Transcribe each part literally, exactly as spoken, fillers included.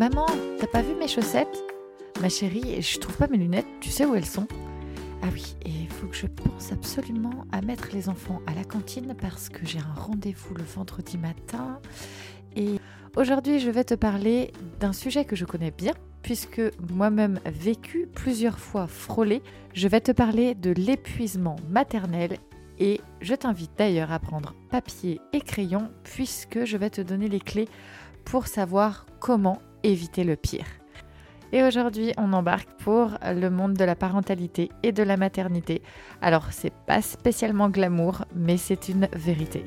Maman, t'as pas vu mes chaussettes ? Ma chérie, je trouve pas mes lunettes, tu sais où elles sont ? Ah oui, et il faut que je pense absolument à mettre les enfants à la cantine parce que j'ai un rendez-vous le vendredi matin. Et aujourd'hui, je vais te parler d'un sujet que je connais bien, puisque moi-même vécu, plusieurs fois frôlé. Je vais te parler de l'épuisement maternel et je t'invite d'ailleurs à prendre papier et crayon puisque je vais te donner les clés pour savoir comment éviter le pire. Et aujourd'hui, on embarque pour le monde de la parentalité et de la maternité. Alors, c'est pas spécialement glamour, mais c'est une vérité.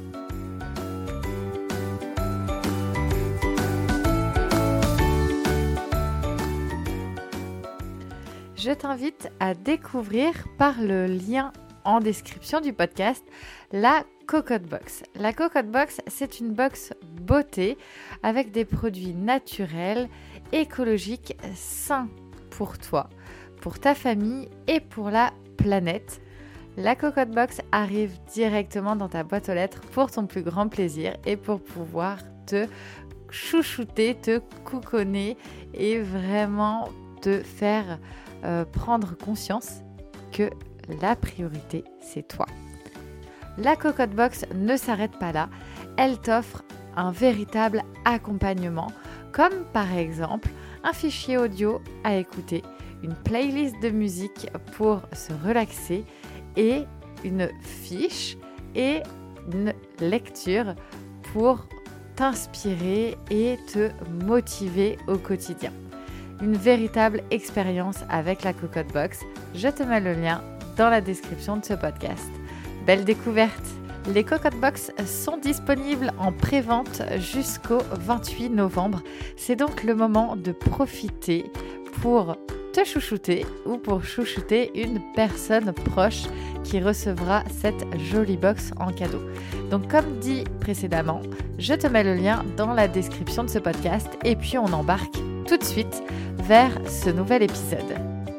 Je t'invite à découvrir par le lien en description du podcast la Cocotte Box. La Cocotte Box, c'est une box beauté avec des produits naturels, écologiques, sains pour toi, pour ta famille et pour la planète. La Cocotte Box arrive directement dans ta boîte aux lettres pour ton plus grand plaisir et pour pouvoir te chouchouter, te couconner et vraiment te faire euh, prendre conscience que la priorité, c'est toi. La Cocotte Box ne s'arrête pas là. Elle t'offre un véritable accompagnement, comme par exemple un fichier audio à écouter, une playlist de musique pour se relaxer et une fiche et une lecture pour t'inspirer et te motiver au quotidien. Une véritable expérience avec la Cocotte Box. Je te mets le lien dans la description de ce podcast. Belle découverte! Les Cocotte Box sont disponibles en pré-vente jusqu'au vingt-huit novembre. C'est donc le moment de profiter pour te chouchouter ou pour chouchouter une personne proche qui recevra cette jolie box en cadeau. Donc comme dit précédemment, je te mets le lien dans la description de ce podcast et puis on embarque tout de suite vers ce nouvel épisode.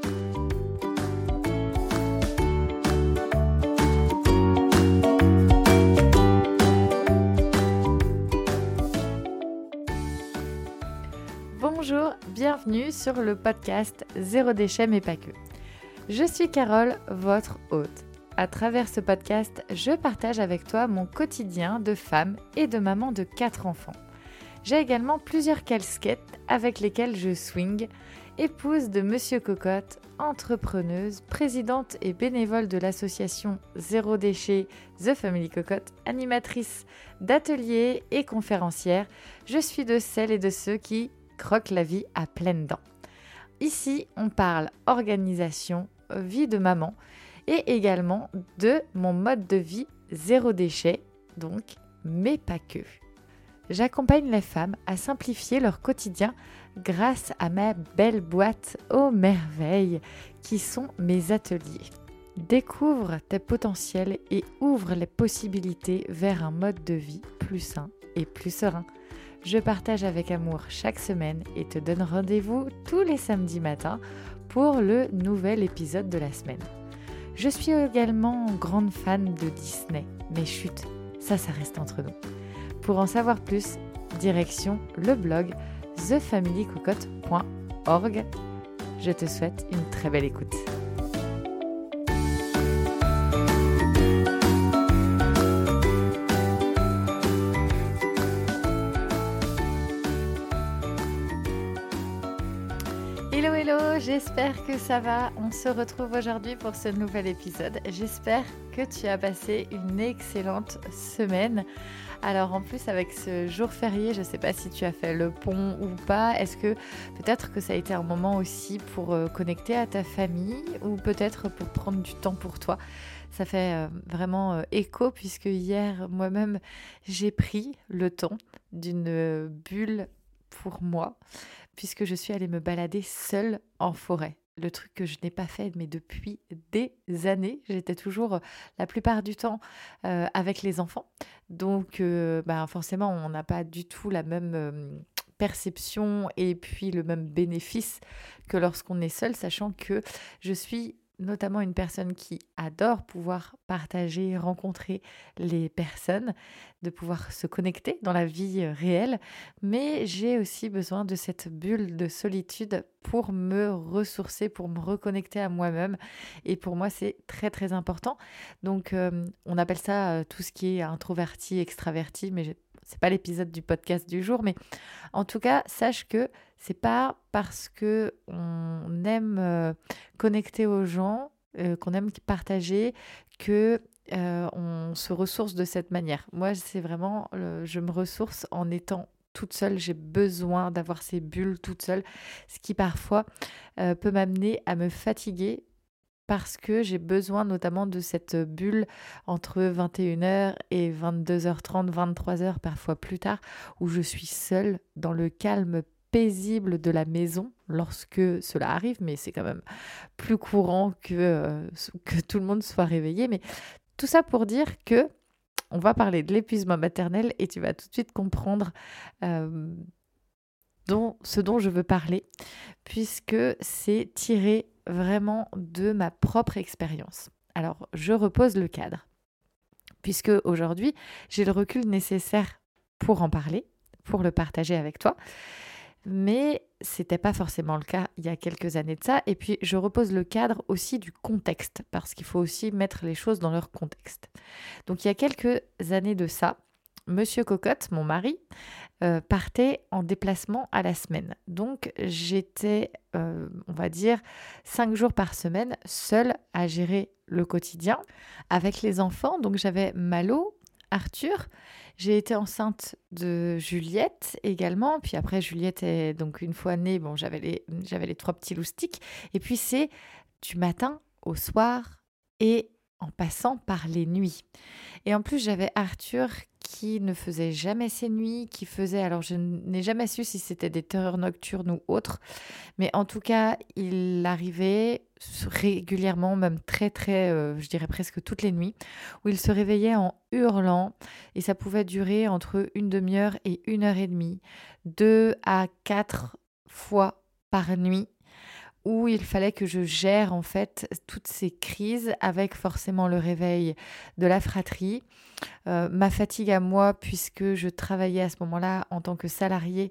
Bonjour, bienvenue sur le podcast Zéro déchet mais pas que. Je suis Carole, votre hôte. À travers ce podcast, je partage avec toi mon quotidien de femme et de maman de quatre enfants. J'ai également plusieurs casquettes avec lesquelles je swing, épouse de Monsieur Cocotte, entrepreneuse, présidente et bénévole de l'association Zéro Déchet The Family Cocotte, animatrice d'ateliers et conférencière. Je suis de celles et de ceux qui croque la vie à pleines dents. Ici, on parle organisation, vie de maman et également de mon mode de vie zéro déchet, donc, mais pas que. J'accompagne les femmes à simplifier leur quotidien grâce à ma belle boîte aux merveilles qui sont mes ateliers. Découvre tes potentiels et ouvre les possibilités vers un mode de vie plus sain et plus serein. Je partage avec amour chaque semaine et te donne rendez-vous tous les samedis matins pour le nouvel épisode de la semaine. Je suis également grande fan de Disney, mais chut, ça, ça reste entre nous. Pour en savoir plus, direction le blog the family cocotte point org. Je te souhaite une très belle écoute. Hello hello, j'espère que ça va. On se retrouve aujourd'hui pour ce nouvel épisode. J'espère que tu as passé une excellente semaine. Alors en plus avec ce jour férié, je ne sais pas si tu as fait le pont ou pas. Est-ce que peut-être que ça a été un moment aussi pour euh, connecter à ta famille ou peut-être pour prendre du temps pour toi? Ça fait euh, vraiment euh, écho puisque hier moi-même j'ai pris le temps d'une euh, bulle pour moi puisque je suis allée me balader seule en forêt. Le truc que je n'ai pas fait mais depuis des années. J'étais toujours euh, la plupart du temps euh, avec les enfants. Donc euh, bah forcément, on n'a pas du tout la même euh, perception et puis le même bénéfice que lorsqu'on est seul, sachant que je suis notamment une personne qui adore pouvoir partager, rencontrer les personnes, de pouvoir se connecter dans la vie euh, réelle, mais j'ai aussi besoin de cette bulle de solitude pour me ressourcer, pour me reconnecter à moi-même. Et pour moi, c'est très très important. Donc, euh, on appelle ça euh, tout ce qui est introverti, extraverti, mais j'ai- c'est pas l'épisode du podcast du jour, mais en tout cas, sache que c'est pas parce que on aime euh, connecter aux gens, euh, qu'on aime partager, que euh, on se ressource de cette manière. Moi, c'est vraiment, euh, je me ressource en étant toute seule. J'ai besoin d'avoir ces bulles toute seule, ce qui parfois euh, peut m'amener à me fatiguer parce que j'ai besoin notamment de cette bulle entre vingt et une heures et vingt-deux heures trente, vingt-trois heures, parfois plus tard, où je suis seule dans le calme paisible de la maison lorsque cela arrive, mais c'est quand même plus courant que, euh, que tout le monde soit réveillé. Mais tout ça pour dire que on va parler de l'épuisement maternel et tu vas tout de suite comprendre euh, dont, ce dont je veux parler, puisque c'est tiré vraiment de ma propre expérience. Alors, je repose le cadre, puisque aujourd'hui, j'ai le recul nécessaire pour en parler, pour le partager avec toi. Mais c'était pas forcément le cas il y a quelques années de ça. Et puis, je repose le cadre aussi du contexte, parce qu'il faut aussi mettre les choses dans leur contexte. Donc, il y a quelques années de ça, Monsieur Cocotte, mon mari, euh, partait en déplacement à la semaine. Donc, j'étais, euh, on va dire, cinq jours par semaine, seule à gérer le quotidien avec les enfants. Donc, j'avais Malo, Arthur. J'ai été enceinte de Juliette également. Puis après, Juliette est donc une fois née, bon, j'avais les, j'avais les trois petits loustiques. Et puis, c'est du matin au soir et en passant par les nuits. Et en plus, j'avais Arthur qui ne faisait jamais ses nuits, qui faisait, alors je n'ai jamais su si c'était des terreurs nocturnes ou autres, mais en tout cas, il arrivait régulièrement, même très très, euh, je dirais presque toutes les nuits, où il se réveillait en hurlant, et ça pouvait durer entre une demi-heure et une heure et demie, deux à quatre fois par nuit, où il fallait que je gère en fait toutes ces crises avec forcément le réveil de la fratrie, euh, ma fatigue à moi puisque je travaillais à ce moment-là en tant que salariée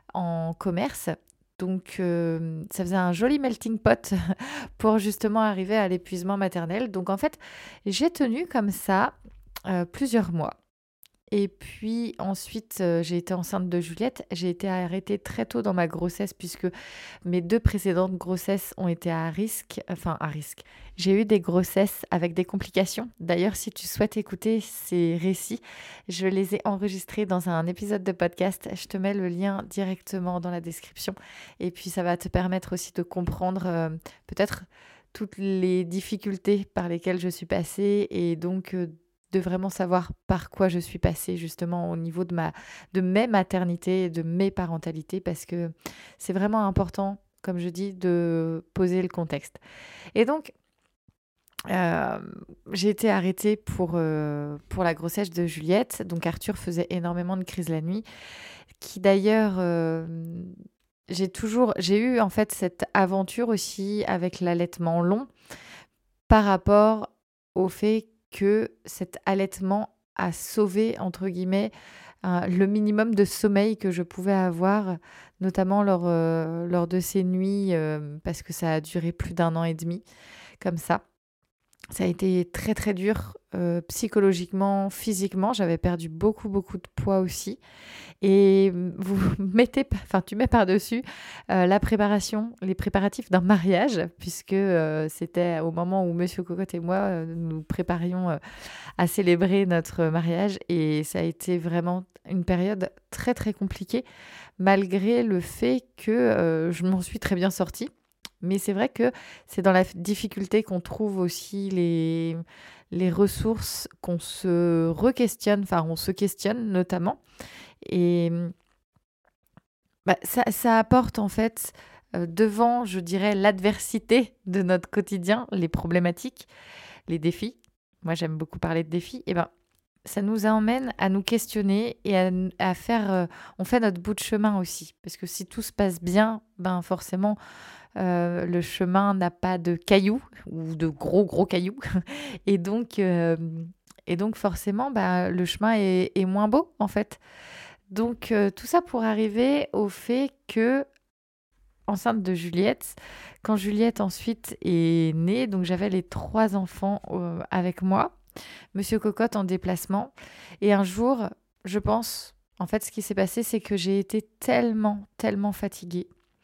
en commerce. Donc euh, ça faisait un joli melting pot pour justement arriver à l'épuisement maternel. Donc en fait, j'ai tenu comme ça euh, plusieurs mois. Et puis ensuite, euh, j'ai été enceinte de Juliette. J'ai été arrêtée très tôt dans ma grossesse puisque mes deux précédentes grossesses ont été à risque. Enfin, à risque. J'ai eu des grossesses avec des complications. D'ailleurs, si tu souhaites écouter ces récits, je les ai enregistrés dans un épisode de podcast. Je te mets le lien directement dans la description. Et puis, ça va te permettre aussi de comprendre euh, peut-être toutes les difficultés par lesquelles je suis passée et donc euh, de vraiment savoir par quoi je suis passée justement au niveau de, ma, de mes maternités et de mes parentalités parce que c'est vraiment important, comme je dis, de poser le contexte. Et donc, euh, j'ai été arrêtée pour, euh, pour la grossesse de Juliette. Donc Arthur faisait énormément de crises la nuit, qui d'ailleurs... euh, j'ai toujours, j'ai eu en fait cette aventure aussi avec l'allaitement long par rapport au fait que cet allaitement a sauvé, entre guillemets, euh, le minimum de sommeil que je pouvais avoir, notamment lors, euh, lors de ces nuits, euh, parce que ça a duré plus d'un an et demi, comme ça. Ça a été très très dur euh, psychologiquement, physiquement. J'avais perdu beaucoup beaucoup de poids aussi. Et vous mettez, enfin tu mets par-dessus euh, la préparation, les préparatifs d'un mariage, puisque euh, c'était au moment où Monsieur Cocotte et moi euh, nous préparions euh, à célébrer notre mariage. Et ça a été vraiment une période très très compliquée, malgré le fait que euh, je m'en suis très bien sortie. Mais c'est vrai que c'est dans la difficulté qu'on trouve aussi les, les ressources, qu'on se re-questionne, enfin on se questionne notamment. Et bah, ça, ça apporte en fait euh, devant, je dirais, l'adversité de notre quotidien, les problématiques, les défis. Moi j'aime beaucoup parler de défis. Et ben ça nous emmène à nous questionner et à, à faire, euh, on fait notre bout de chemin aussi. Parce que si tout se passe bien, ben forcément, euh, le chemin n'a pas de cailloux ou de gros gros cailloux et donc euh, et donc forcément bah, le chemin est, est moins beau en fait. Donc euh, tout ça pour arriver au fait que enceinte de Juliette, quand Juliette ensuite est née, donc j'avais les trois enfants euh, avec moi, Monsieur Cocotte en déplacement, et un jour, je pense, en fait, ce qui s'est passé, c'est que j'ai été tellement, tellement fatiguée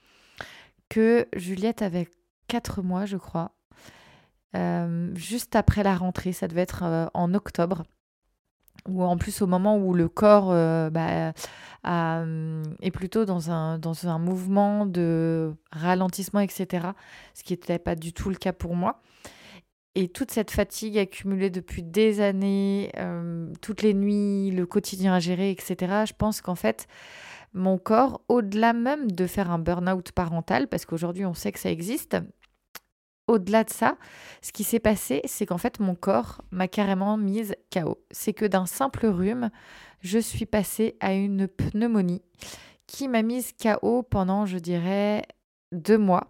que Juliette avait quatre mois, je crois, euh, juste après la rentrée, ça devait être euh, en octobre, ou en plus au moment où le corps euh, bah, a- est plutôt dans un, dans un mouvement de ralentissement, et cetera. Ce qui n'était pas du tout le cas pour moi. Et toute cette fatigue accumulée depuis des années, euh, toutes les nuits, le quotidien à gérer, et cetera, je pense qu'en fait, mon corps, au-delà même de faire un burn-out parental, parce qu'aujourd'hui on sait que ça existe, au-delà de ça, ce qui s'est passé, c'est qu'en fait, mon corps m'a carrément mise K O. C'est que d'un simple rhume, je suis passée à une pneumonie qui m'a mise K O pendant, je dirais, deux mois.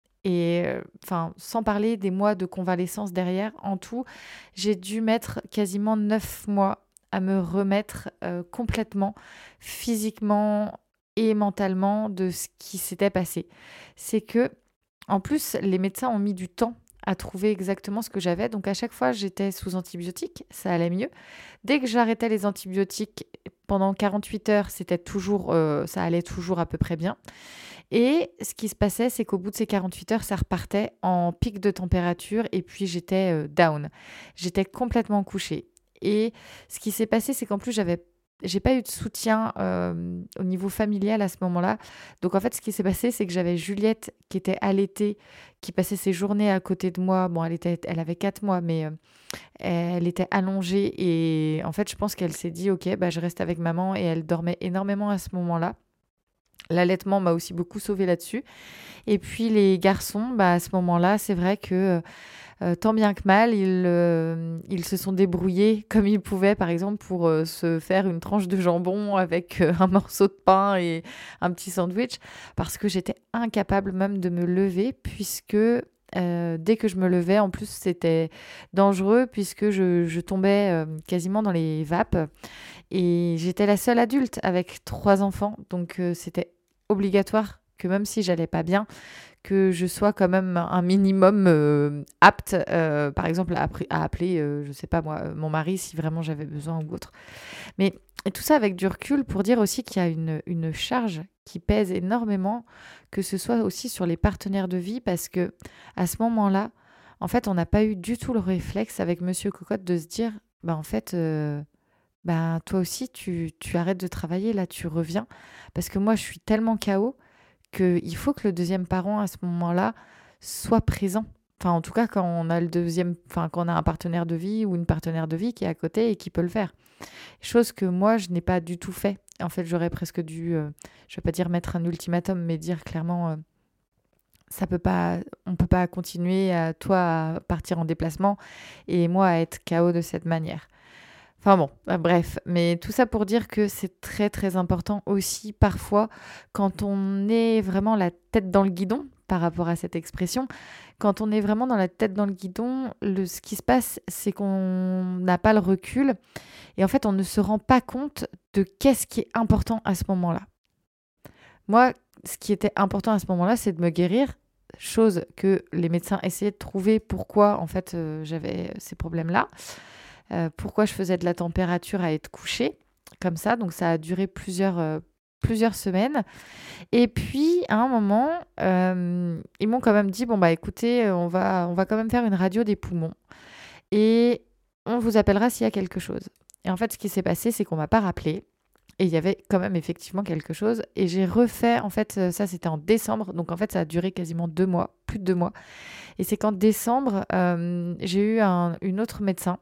Et euh, enfin, sans parler des mois de convalescence derrière, en tout, j'ai dû mettre quasiment neuf mois à me remettre euh, complètement, physiquement et mentalement, de ce qui s'était passé. C'est que en plus, les médecins ont mis du temps à trouver exactement ce que j'avais. Donc à chaque fois, j'étais sous antibiotiques, ça allait mieux. Dès que j'arrêtais les antibiotiques pendant quarante-huit heures, c'était toujours, euh, ça allait toujours à peu près bien. Et ce qui se passait, c'est qu'au bout de ces quarante-huit heures, ça repartait en pic de température et puis j'étais euh, down. J'étais complètement couchée. Et ce qui s'est passé, c'est qu'en plus, j'avais j'ai pas eu de soutien euh, au niveau familial à ce moment-là. Donc en fait, ce qui s'est passé, c'est que j'avais Juliette qui était allaitée, qui passait ses journées à côté de moi. Bon, elle était, elle avait quatre mois, mais euh, elle était allongée et en fait, je pense qu'elle s'est dit, ok, bah je reste avec maman et elle dormait énormément à ce moment-là. L'allaitement m'a aussi beaucoup sauvée là-dessus. Et puis les garçons, bah, à ce moment-là, c'est vrai que euh, tant bien que mal, ils, euh, ils se sont débrouillés comme ils pouvaient, par exemple, pour euh, se faire une tranche de jambon avec euh, un morceau de pain et un petit sandwich, parce que j'étais incapable même de me lever, puisque euh, dès que je me levais, en plus, c'était dangereux, puisque je, je tombais euh, quasiment dans les vapes. Et j'étais la seule adulte avec trois enfants, donc euh, c'était obligatoire que même si j'allais pas bien, que je sois quand même un minimum euh, apte, euh, par exemple, à, appre- à appeler, euh, je sais pas moi, euh, mon mari si vraiment j'avais besoin ou autre. Mais et tout ça avec du recul pour dire aussi qu'il y a une, une charge qui pèse énormément, que ce soit aussi sur les partenaires de vie, parce que à ce moment-là, en fait, on n'a pas eu du tout le réflexe avec Monsieur Cocotte de se dire, bah en fait. euh, bah, toi aussi, tu, tu arrêtes de travailler, là, tu reviens. Parce que moi, je suis tellement K O qu'il faut que le deuxième parent, à ce moment-là, soit présent. Enfin, en tout cas, quand on a le deuxième, enfin, quand on a un partenaire de vie ou une partenaire de vie qui est à côté et qui peut le faire. Chose que moi, je n'ai pas du tout fait. En fait, j'aurais presque dû, euh, je ne vais pas dire mettre un ultimatum, mais dire clairement, euh, ça peut pas, on peut pas continuer à toi à partir en déplacement et moi à être K O de cette manière. Enfin bon, euh, bref, mais tout ça pour dire que c'est très très important aussi parfois quand on est vraiment la tête dans le guidon par rapport à cette expression, quand on est vraiment dans la tête dans le guidon, le, ce qui se passe c'est qu'on n'a pas le recul et en fait on ne se rend pas compte de qu'est-ce qui est important à ce moment-là. Moi, ce qui était important à ce moment-là, c'est de me guérir, chose que les médecins essayaient de trouver pourquoi en fait euh, j'avais ces problèmes-là. Euh, pourquoi je faisais de la température à être couchée, comme ça. Donc ça a duré plusieurs, euh, plusieurs semaines. Et puis, à un moment, euh, ils m'ont quand même dit, bon, bah écoutez, on va, on va quand même faire une radio des poumons. Et on vous appellera s'il y a quelque chose. Et en fait, ce qui s'est passé, c'est qu'on ne m'a pas rappelé. Et il y avait quand même effectivement quelque chose. Et j'ai refait, en fait, ça c'était en décembre. Donc en fait, ça a duré quasiment deux mois, plus de deux mois. Et c'est qu'en décembre, euh, j'ai eu un, une autre médecin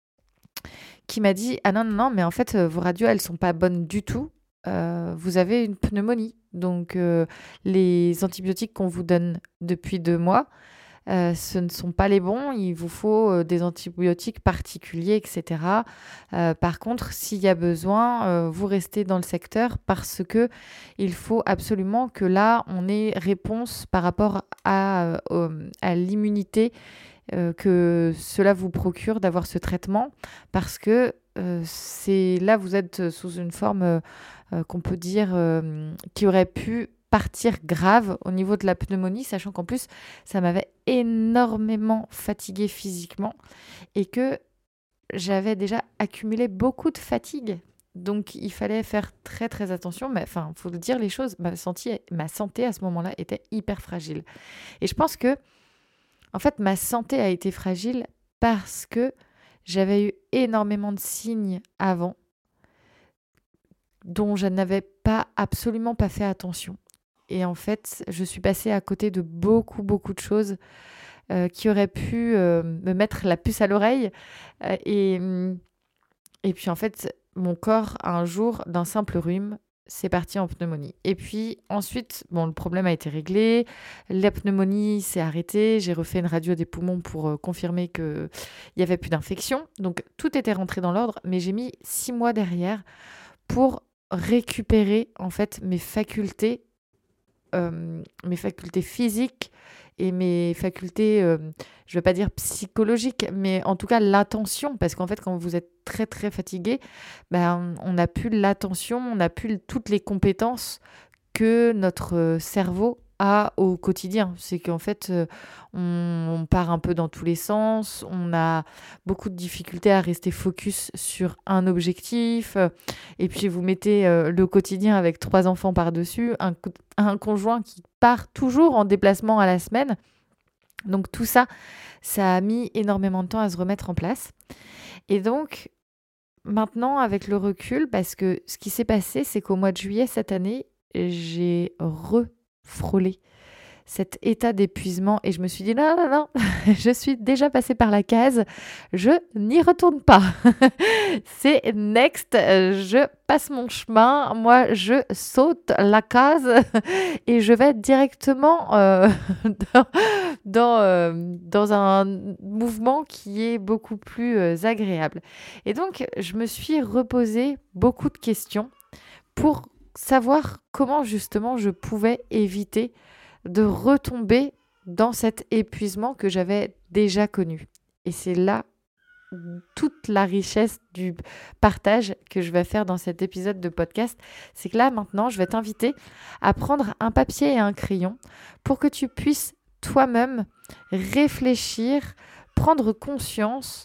qui m'a dit ah non non non mais en fait euh, vos radios elles sont pas bonnes du tout. Euh, vous avez une pneumonie donc euh, les antibiotiques qu'on vous donne depuis deux mois euh, ce ne sont pas les bons. Il vous faut euh, des antibiotiques particuliers, et cetera. Euh, par contre, s'il y a besoin, euh, vous restez dans le secteur parce que il faut absolument que là, on ait réponse par rapport à, euh, à l'immunité euh, que cela vous procure d'avoir ce traitement, parce que euh, c'est là, vous êtes sous une forme euh, euh, qu'on peut dire euh, qui aurait pu partir grave au niveau de la pneumonie, sachant qu'en plus, ça m'avait énormément fatiguée physiquement et que j'avais déjà accumulé beaucoup de fatigue. Donc, il fallait faire très, très attention. Mais enfin, il faut le dire les choses, ma santé, ma santé à ce moment-là était hyper fragile. Et je pense que, en fait, ma santé a été fragile parce que j'avais eu énormément de signes avant dont je n'avais pas, absolument pas fait attention. Et en fait, je suis passée à côté de beaucoup, beaucoup de choses euh, qui auraient pu euh, me mettre la puce à l'oreille. Euh, et, et puis en fait, mon corps, un jour, d'un simple rhume, c'est parti en pneumonie. Et puis ensuite, bon, le problème a été réglé, la pneumonie s'est arrêtée, j'ai refait une radio des poumons pour euh, confirmer qu'il n'y avait plus d'infection. Donc tout était rentré dans l'ordre, mais j'ai mis six mois derrière pour récupérer en fait mes facultés Euh, mes facultés physiques et mes facultés, euh, je ne vais pas dire psychologiques, mais en tout cas l'attention, parce qu'en fait quand vous êtes très très fatigué, ben, on n'a plus l'attention, on n'a plus toutes les compétences que notre cerveau a au quotidien. C'est qu'en fait, euh, on, on part un peu dans tous les sens, on a beaucoup de difficultés à rester focus sur un objectif, euh, et puis vous mettez euh, le quotidien avec trois enfants par-dessus, un, co- un conjoint qui part toujours en déplacement à la semaine. Donc tout ça, ça a mis énormément de temps à se remettre en place. Et donc, maintenant, avec le recul, parce que ce qui s'est passé, c'est qu'au mois de juillet cette année, j'ai refrôlé cet état d'épuisement et je me suis dit non, non, non, je suis déjà passée par la case, je n'y retourne pas. C'est next, je passe mon chemin, moi je saute la case et je vais directement euh, dans, dans, euh, dans un mouvement qui est beaucoup plus euh, agréable. Et donc, je me suis reposé beaucoup de questions pour savoir comment justement je pouvais éviter de retomber dans cet épuisement que j'avais déjà connu. Et c'est là toute la richesse du partage que je vais faire dans cet épisode de podcast. C'est que là, maintenant, je vais t'inviter à prendre un papier et un crayon pour que tu puisses toi-même réfléchir, prendre conscience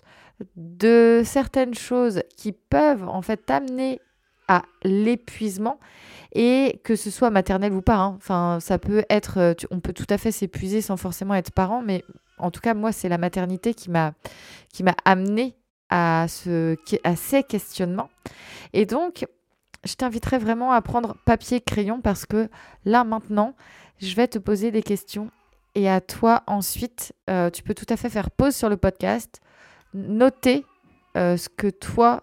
de certaines choses qui peuvent en fait t'amener à l'épuisement, et que ce soit maternel ou pas, hein. Enfin, ça peut être, tu- on peut tout à fait s'épuiser sans forcément être parent, mais en tout cas, moi, c'est la maternité qui m'a, qui m'a amenée à, ce, à ces questionnements. Et donc, je t'inviterai vraiment à prendre papier, crayon, parce que là, maintenant, je vais te poser des questions. Et à toi, ensuite, euh, tu peux tout à fait faire pause sur le podcast, noter euh, ce que toi,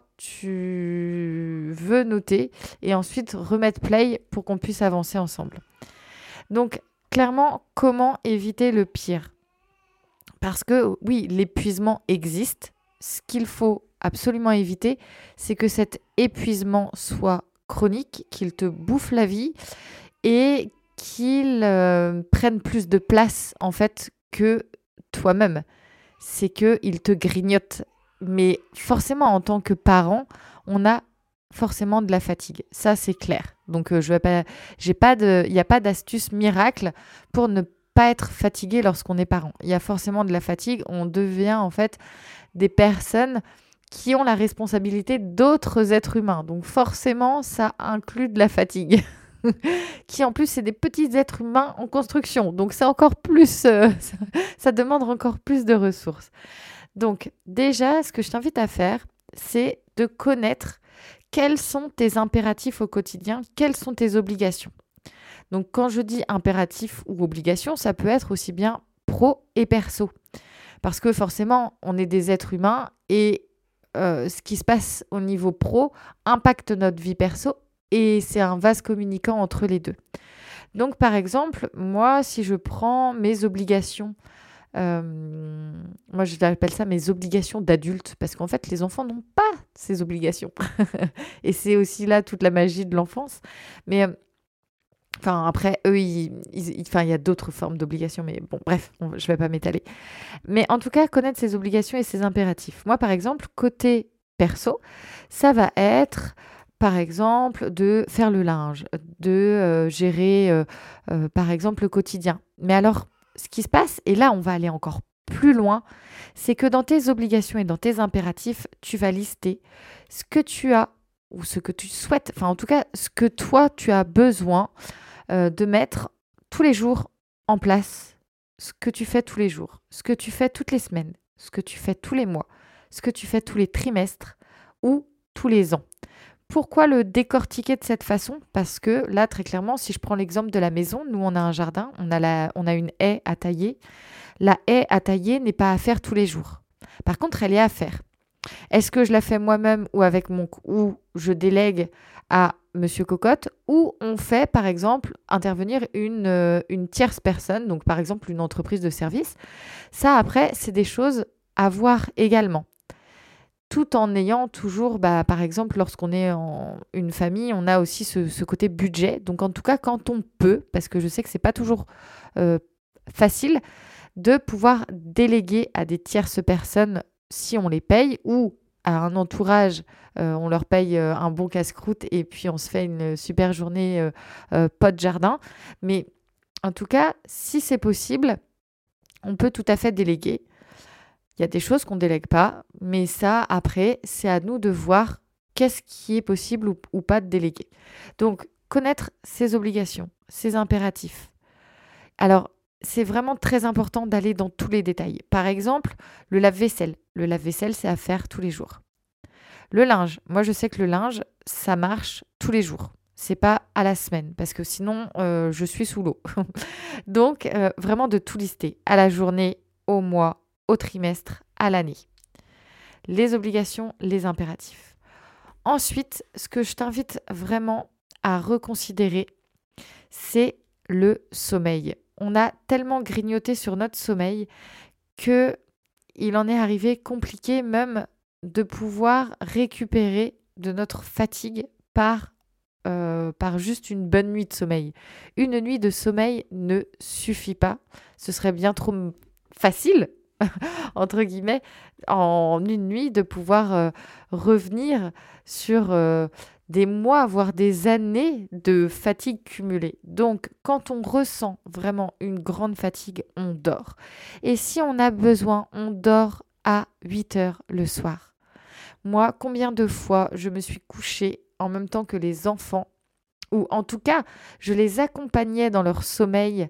tu veux noter et ensuite remettre play pour qu'on puisse avancer ensemble. Donc, clairement, comment éviter le pire ? Parce que oui, l'épuisement existe. Ce qu'il faut absolument éviter, c'est que cet épuisement soit chronique, qu'il te bouffe la vie et qu'il euh, prenne plus de place en fait que toi-même. C'est qu'il te grignote. Mais forcément, en tant que parent, on a forcément de la fatigue. Ça, c'est clair. Donc, euh, je vais pas, j'ai pas de, il n'y a pas d'astuce miracle pour ne pas être fatigué lorsqu'on est parent. Il y a forcément de la fatigue. On devient en fait des personnes qui ont la responsabilité d'autres êtres humains. Donc, forcément, ça inclut de la fatigue. Qui en plus, c'est des petits êtres humains en construction. Donc, c'est encore plus, euh, ça, ça demande encore plus de ressources. Donc déjà, ce que je t'invite à faire, c'est de connaître quels sont tes impératifs au quotidien, quelles sont tes obligations. Donc quand je dis impératif ou obligation, ça peut être aussi bien pro et perso. Parce que forcément, on est des êtres humains et euh, ce qui se passe au niveau pro impacte notre vie perso et c'est un vase communicant entre les deux. Donc par exemple, moi, si je prends mes obligations euh, moi je l'appelle ça mes obligations d'adulte, parce qu'en fait les enfants n'ont pas ces obligations. Et c'est aussi là toute la magie de l'enfance. Mais euh, enfin après eux, ils, ils- ils- enfin il y a d'autres formes d'obligations, mais bon bref, on- je vais pas m'étaler. Mais en tout cas, connaître ses obligations et ses impératifs. Moi par exemple, côté perso, ça va être par exemple de faire le linge, de euh, gérer euh, euh, par exemple le quotidien. Mais alors, ce qui se passe, et là on va aller encore plus loin, c'est que dans tes obligations et dans tes impératifs, tu vas lister ce que tu as ou ce que tu souhaites, enfin en tout cas ce que toi tu as besoin euh, de mettre tous les jours en place, ce que tu fais tous les jours, ce que tu fais toutes les semaines, ce que tu fais tous les mois, ce que tu fais tous les trimestres ou tous les ans. Pourquoi le décortiquer de cette façon? Parce que là, très clairement, si je prends l'exemple de la maison, nous, on a un jardin, on a, la, on a une haie à tailler. La haie à tailler n'est pas à faire tous les jours. Par contre, elle est à faire. Est-ce que je la fais moi-même ou avec mon ou je délègue à Monsieur Cocotte, ou on fait par exemple intervenir une, euh, une tierce personne, donc par exemple une entreprise de service. Ça après, c'est des choses à voir également. Tout en ayant toujours, bah, par exemple, lorsqu'on est en une famille, on a aussi ce, ce côté budget. Donc en tout cas, quand on peut, parce que je sais que c'est pas toujours euh, facile, de pouvoir déléguer à des tierces personnes si on les paye, ou à un entourage, euh, on leur paye euh, un bon casse-croûte et puis on se fait une super journée euh, euh, pot de jardin. Mais en tout cas, si c'est possible, on peut tout à fait déléguer. Il y a des choses qu'on ne délègue pas, mais ça, après, c'est à nous de voir qu'est-ce qui est possible ou, ou pas de déléguer. Donc, connaître ses obligations, ses impératifs. Alors, c'est vraiment très important d'aller dans tous les détails. Par exemple, le lave-vaisselle. Le lave-vaisselle, c'est à faire tous les jours. Le linge. Moi, je sais que le linge, ça marche tous les jours. C'est pas à la semaine, parce que sinon, euh, je suis sous l'eau. Donc, euh, vraiment de tout lister. À la journée, au mois, au trimestre, à l'année. Les obligations, les impératifs. Ensuite, ce que je t'invite vraiment à reconsidérer, c'est le sommeil. On a tellement grignoté sur notre sommeil que il en est arrivé compliqué même de pouvoir récupérer de notre fatigue par, euh, par juste une bonne nuit de sommeil. Une nuit de sommeil ne suffit pas. Ce serait bien trop m- facile, entre guillemets, en une nuit de pouvoir euh, revenir sur euh, des mois, voire des années de fatigue cumulée. Donc, quand on ressent vraiment une grande fatigue, on dort. Et si on a besoin, on dort à huit heures le soir. Moi, combien de fois je me suis couchée en même temps que les enfants, ou en tout cas, je les accompagnais dans leur sommeil,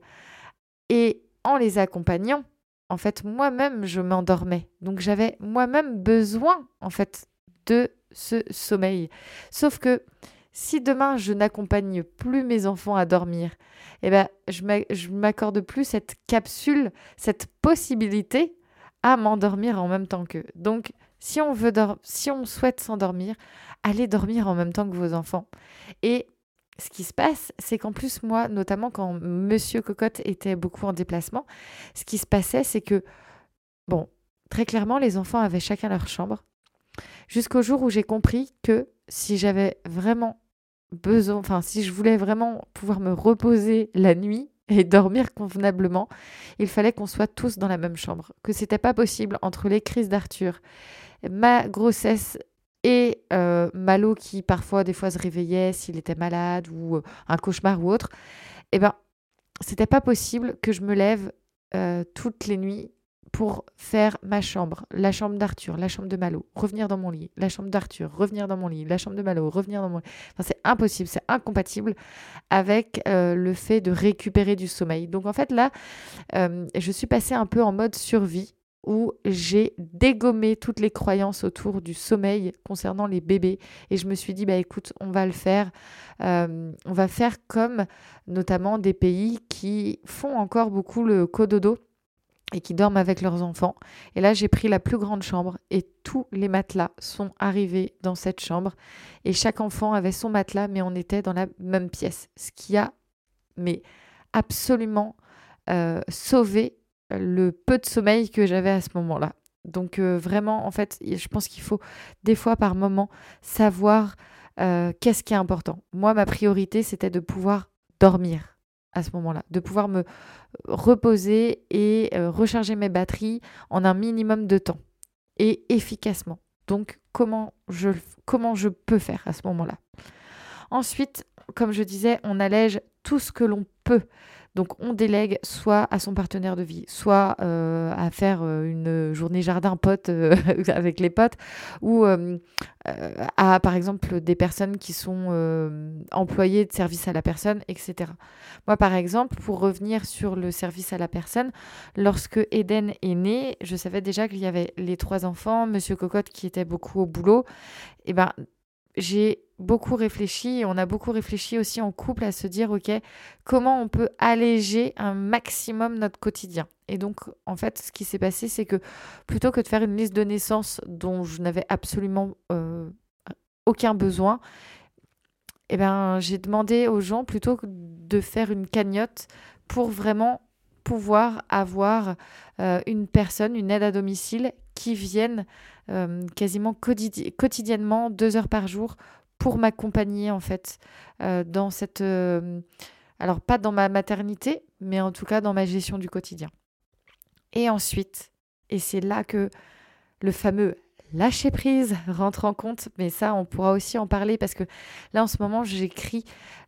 et en les accompagnant, en fait, moi-même, je m'endormais. Donc, j'avais moi-même besoin, en fait, de ce sommeil. Sauf que si demain, je n'accompagne plus mes enfants à dormir, eh ben, je m'a- je m'accorde plus cette capsule, cette possibilité à m'endormir en même temps qu'eux. Donc, si on veut dor- si on souhaite s'endormir, allez dormir en même temps que vos enfants. Et ce qui se passe, c'est qu'en plus, moi, notamment quand Monsieur Cocotte était beaucoup en déplacement, ce qui se passait, c'est que, bon, très clairement, les enfants avaient chacun leur chambre, jusqu'au jour où j'ai compris que si j'avais vraiment besoin, enfin, si je voulais vraiment pouvoir me reposer la nuit et dormir convenablement, il fallait qu'on soit tous dans la même chambre, que c'était pas possible entre les crises d'Arthur, ma grossesse et euh, Malo qui parfois des fois se réveillait s'il était malade ou euh, un cauchemar ou autre, eh ben c'était pas possible que je me lève euh, toutes les nuits pour faire ma chambre, la chambre d'Arthur, la chambre de Malo, revenir dans mon lit, la chambre d'Arthur, revenir dans mon lit, la chambre de Malo, revenir dans mon lit. Enfin, c'est impossible, c'est incompatible avec euh, le fait de récupérer du sommeil. Donc en fait là, euh, je suis passée un peu en mode survie où j'ai dégommé toutes les croyances autour du sommeil concernant les bébés. Et je me suis dit, bah écoute, on va le faire. Euh, on va faire comme notamment des pays qui font encore beaucoup le cododo et qui dorment avec leurs enfants. Et là, j'ai pris la plus grande chambre et tous les matelas sont arrivés dans cette chambre. Et chaque enfant avait son matelas, mais on était dans la même pièce. Ce qui a mais absolument euh, sauvé le peu de sommeil que j'avais à ce moment-là. Donc euh, vraiment, en fait, je pense qu'il faut des fois par moment savoir euh, qu'est-ce qui est important. Moi, ma priorité, c'était de pouvoir dormir à ce moment-là, de pouvoir me reposer et euh, recharger mes batteries en un minimum de temps et efficacement. Donc, comment je, comment je peux faire à ce moment-là? Ensuite, comme je disais, on allège tout ce que l'on peut. Donc, on délègue soit à son partenaire de vie, soit euh, à faire euh, une journée jardin pote euh, avec les potes, ou euh, euh, à, par exemple, des personnes qui sont euh, employées de service à la personne, et cetera. Moi, par exemple, pour revenir sur le service à la personne, lorsque Eden est né, je savais déjà qu'il y avait les trois enfants, Monsieur Cocotte qui était beaucoup au boulot. Et ben, j'ai beaucoup réfléchi et on a beaucoup réfléchi aussi en couple à se dire, ok, comment on peut alléger un maximum notre quotidien. Et donc, en fait, ce qui s'est passé, c'est que plutôt que de faire une liste de naissance dont je n'avais absolument euh, aucun besoin, eh ben, j'ai demandé aux gens plutôt que de faire une cagnotte pour vraiment pouvoir avoir euh, une personne, une aide à domicile qui vienne euh, quasiment quotidi- quotidiennement, deux heures par jour, pour m'accompagner en fait euh, dans cette... euh, alors pas dans ma maternité, mais en tout cas dans ma gestion du quotidien. Et ensuite, et c'est là que le fameux lâcher prise rentre en compte, mais ça on pourra aussi en parler parce que là en ce moment j'écris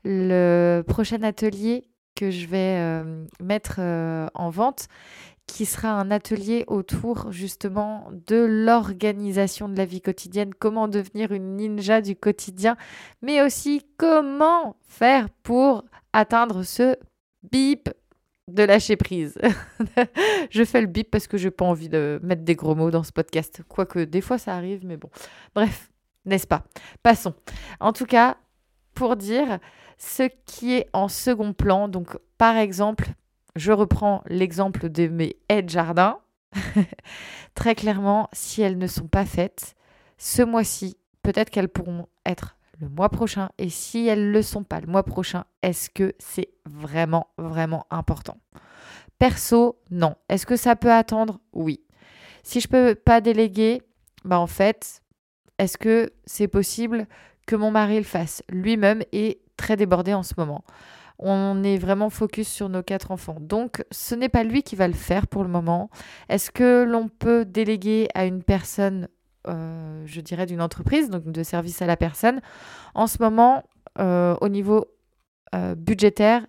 le prochain atelier que je vais euh, mettre euh, en vente, qui sera un atelier autour justement de l'organisation de la vie quotidienne, comment devenir une ninja du quotidien, mais aussi comment faire pour atteindre ce bip de lâcher prise. Je fais le bip parce que je n'ai pas envie de mettre des gros mots dans ce podcast, quoique des fois ça arrive, mais bon. Bref, n'est-ce pas? Passons. En tout cas, pour dire ce qui est en second plan, donc par exemple, je reprends l'exemple de mes haies de jardin. Très clairement, si elles ne sont pas faites, ce mois-ci, peut-être qu'elles pourront être le mois prochain. Et si elles ne le sont pas le mois prochain, est-ce que c'est vraiment, vraiment important? Perso, non. Est-ce que ça peut attendre? Oui. Si je ne peux pas déléguer, bah en fait, est-ce que c'est possible que mon mari le fasse? Lui-même est très débordé en ce moment. On est vraiment focus sur nos quatre enfants. Donc, ce n'est pas lui qui va le faire pour le moment. Est-ce que l'on peut déléguer à une personne, euh, je dirais d'une entreprise, donc de service à la personne? En ce moment, euh, au niveau euh, budgétaire,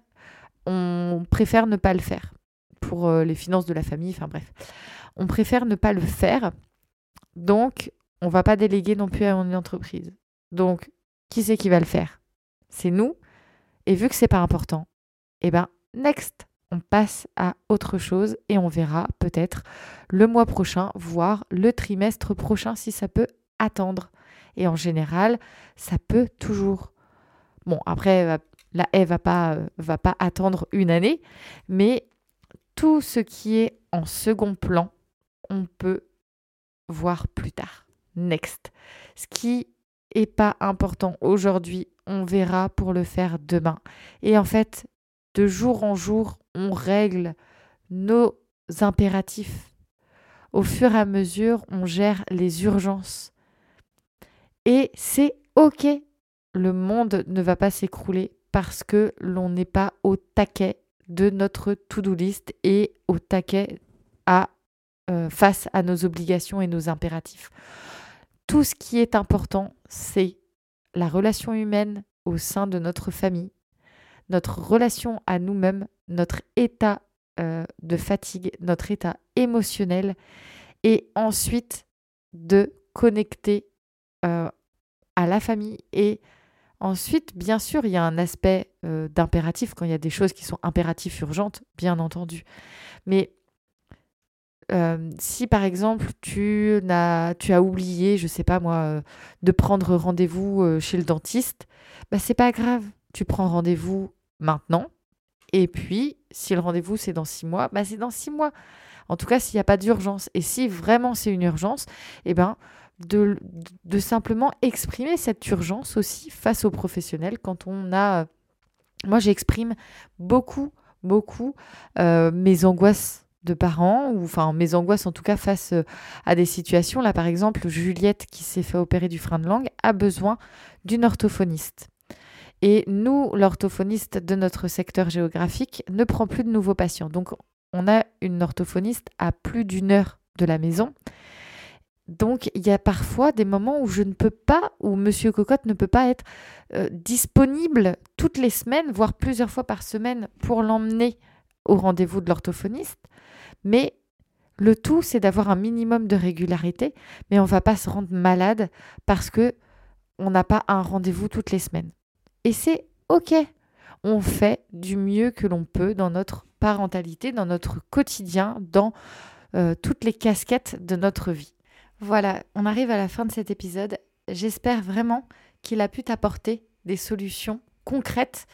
on préfère ne pas le faire pour euh, les finances de la famille. Enfin bref, on préfère ne pas le faire. Donc, on ne va pas déléguer non plus à une entreprise. Donc, qui c'est qui va le faire? C'est nous. Et vu que c'est pas important, eh ben next, on passe à autre chose et on verra peut-être le mois prochain, voire le trimestre prochain si ça peut attendre. Et en général, ça peut toujours. Bon, après, la haie va pas, va pas attendre une année, mais tout ce qui est en second plan, on peut voir plus tard. Next. Ce qui est pas important aujourd'hui, on verra pour le faire demain. Et en fait, de jour en jour, on règle nos impératifs. Au fur et à mesure, on gère les urgences. Et c'est OK. Le monde ne va pas s'écrouler parce que l'on n'est pas au taquet de notre to-do list et au taquet à, euh, face à nos obligations et nos impératifs. Tout ce qui est important, c'est la relation humaine au sein de notre famille, notre relation à nous-mêmes, notre état euh, de fatigue, notre état émotionnel, et ensuite de connecter euh, à la famille. Et ensuite, bien sûr, il y a un aspect euh, d'impératif quand il y a des choses qui sont impératives urgentes, bien entendu. Mais Euh, si par exemple tu, n'as, tu as oublié, je sais pas moi, euh, de prendre rendez-vous euh, chez le dentiste, bah c'est pas grave, tu prends rendez-vous maintenant. Et puis, si le rendez-vous c'est dans six mois, bah c'est dans six mois. En tout cas, s'il n'y a pas d'urgence. Et si vraiment c'est une urgence, eh ben, de, de simplement exprimer cette urgence aussi face aux professionnels quand on a... euh, Moi, j'exprime beaucoup, beaucoup euh, mes angoisses de parents, ou enfin mes angoisses en tout cas face à des situations. Là par exemple, Juliette qui s'est fait opérer du frein de langue a besoin d'une orthophoniste. Et nous, l'orthophoniste de notre secteur géographique ne prend plus de nouveaux patients. Donc on a une orthophoniste à plus d'une heure de la maison. Donc il y a parfois des moments où je ne peux pas, où Monsieur Cocotte ne peut pas être euh, disponible toutes les semaines, voire plusieurs fois par semaine pour l'emmener au rendez-vous de l'orthophoniste. Mais le tout, c'est d'avoir un minimum de régularité, mais on ne va pas se rendre malade parce que on n'a pas un rendez-vous toutes les semaines. Et c'est OK. On fait du mieux que l'on peut dans notre parentalité, dans notre quotidien, dans euh, toutes les casquettes de notre vie. Voilà, on arrive à la fin de cet épisode. J'espère vraiment qu'il a pu t'apporter des solutions concrètes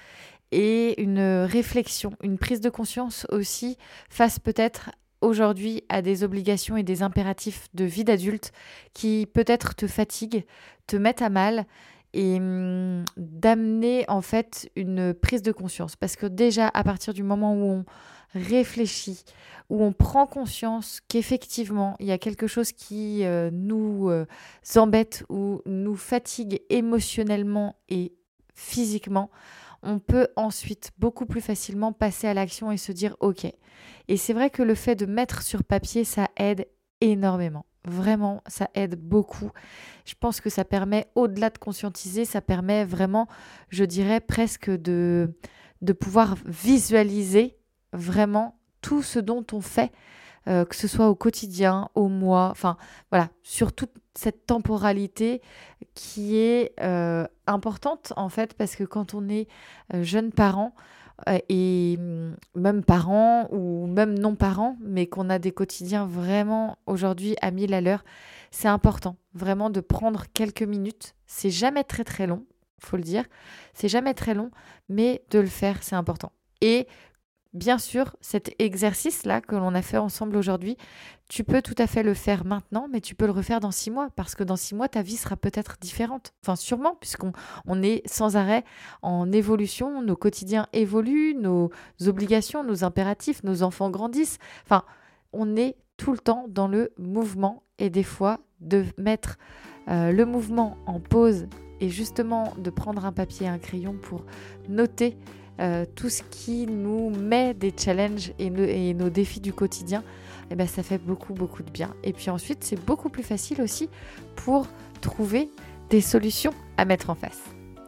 et une réflexion, une prise de conscience aussi face peut-être aujourd'hui à des obligations et des impératifs de vie d'adulte qui peut-être te fatiguent, te mettent à mal, et hum, d'amener en fait une prise de conscience. Parce que déjà, à partir du moment où on réfléchit, où on prend conscience qu'effectivement, il y a quelque chose qui euh, nous euh, embête ou nous fatigue émotionnellement et physiquement, on peut ensuite beaucoup plus facilement passer à l'action et se dire OK. Et c'est vrai que le fait de mettre sur papier, ça aide énormément. Vraiment, ça aide beaucoup. Je pense que ça permet, au-delà de conscientiser, ça permet vraiment, je dirais presque de, de pouvoir visualiser vraiment tout ce dont on fait, euh, que ce soit au quotidien, au mois, enfin voilà, sur toute cette temporalité qui est euh, importante en fait, parce que quand on est euh, jeune parent, euh, et même parents ou même non-parents, mais qu'on a des quotidiens vraiment aujourd'hui à mille à l'heure, c'est important vraiment de prendre quelques minutes. C'est jamais très très long, faut le dire, c'est jamais très long, mais de le faire, c'est important. Et bien sûr, cet exercice-là que l'on a fait ensemble aujourd'hui, tu peux tout à fait le faire maintenant, mais tu peux le refaire dans six mois, parce que dans six mois, ta vie sera peut-être différente. Enfin, sûrement, puisqu'on on est sans arrêt en évolution, nos quotidiens évoluent, nos obligations, nos impératifs, nos enfants grandissent. Enfin, on est tout le temps dans le mouvement, et des fois, de mettre euh, le mouvement en pause et justement de prendre un papier et un crayon pour noter Euh, tout ce qui nous met des challenges et, no- et nos défis du quotidien, eh ben, ça fait beaucoup, beaucoup de bien. Et puis ensuite, c'est beaucoup plus facile aussi pour trouver des solutions à mettre en face.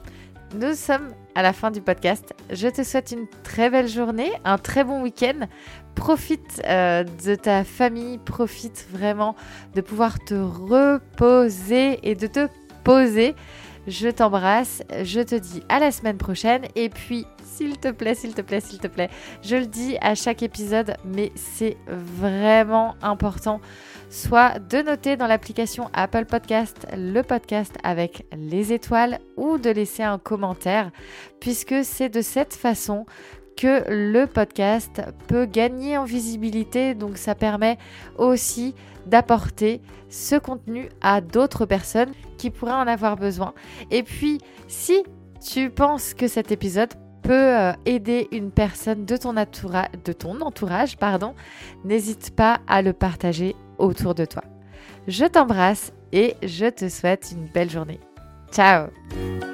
Nous sommes à la fin du podcast. Je te souhaite une très belle journée, un très bon week-end. Profite euh, de ta famille, profite vraiment de pouvoir te reposer et de te poser. Je t'embrasse, je te dis à la semaine prochaine, et puis s'il te plaît, s'il te plaît, s'il te plaît, je le dis à chaque épisode, mais c'est vraiment important, soit de noter dans l'application Apple Podcast le podcast avec les étoiles, ou de laisser un commentaire, puisque c'est de cette façon que le podcast peut gagner en visibilité. Donc ça permet aussi d'apporter ce contenu à d'autres personnes qui pourraient en avoir besoin. Et puis, si tu penses que cet épisode peut euh, aider une personne de ton, entoura- de ton entourage, pardon, n'hésite pas à le partager autour de toi. Je t'embrasse et je te souhaite une belle journée. Ciao!